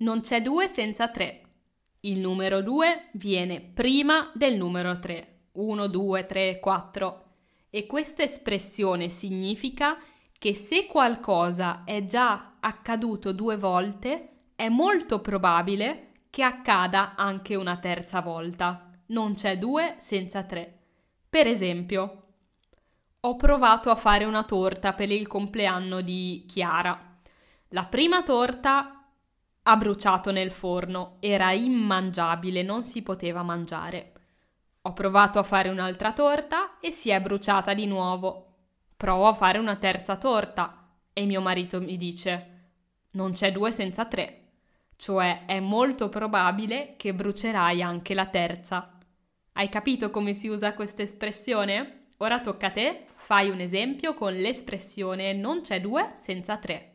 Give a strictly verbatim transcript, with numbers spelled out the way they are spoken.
Non c'è due senza tre. Il numero due viene prima del numero tre. uno, due, tre, quattro. E questa espressione significa che se qualcosa è già accaduto due volte, è molto probabile che accada anche una terza volta. Non c'è due senza tre. Per esempio, ho provato a fare una torta per il compleanno di Chiara. La prima torta ha bruciato nel forno, era immangiabile, non si poteva mangiare. Ho provato a fare un'altra torta e si è bruciata di nuovo. Provo a fare una terza torta e mio marito mi dice: non c'è due senza tre, cioè è molto probabile che brucerai anche la terza. Hai capito come si usa questa espressione? Ora tocca a te, fai un esempio con l'espressione non c'è due senza tre.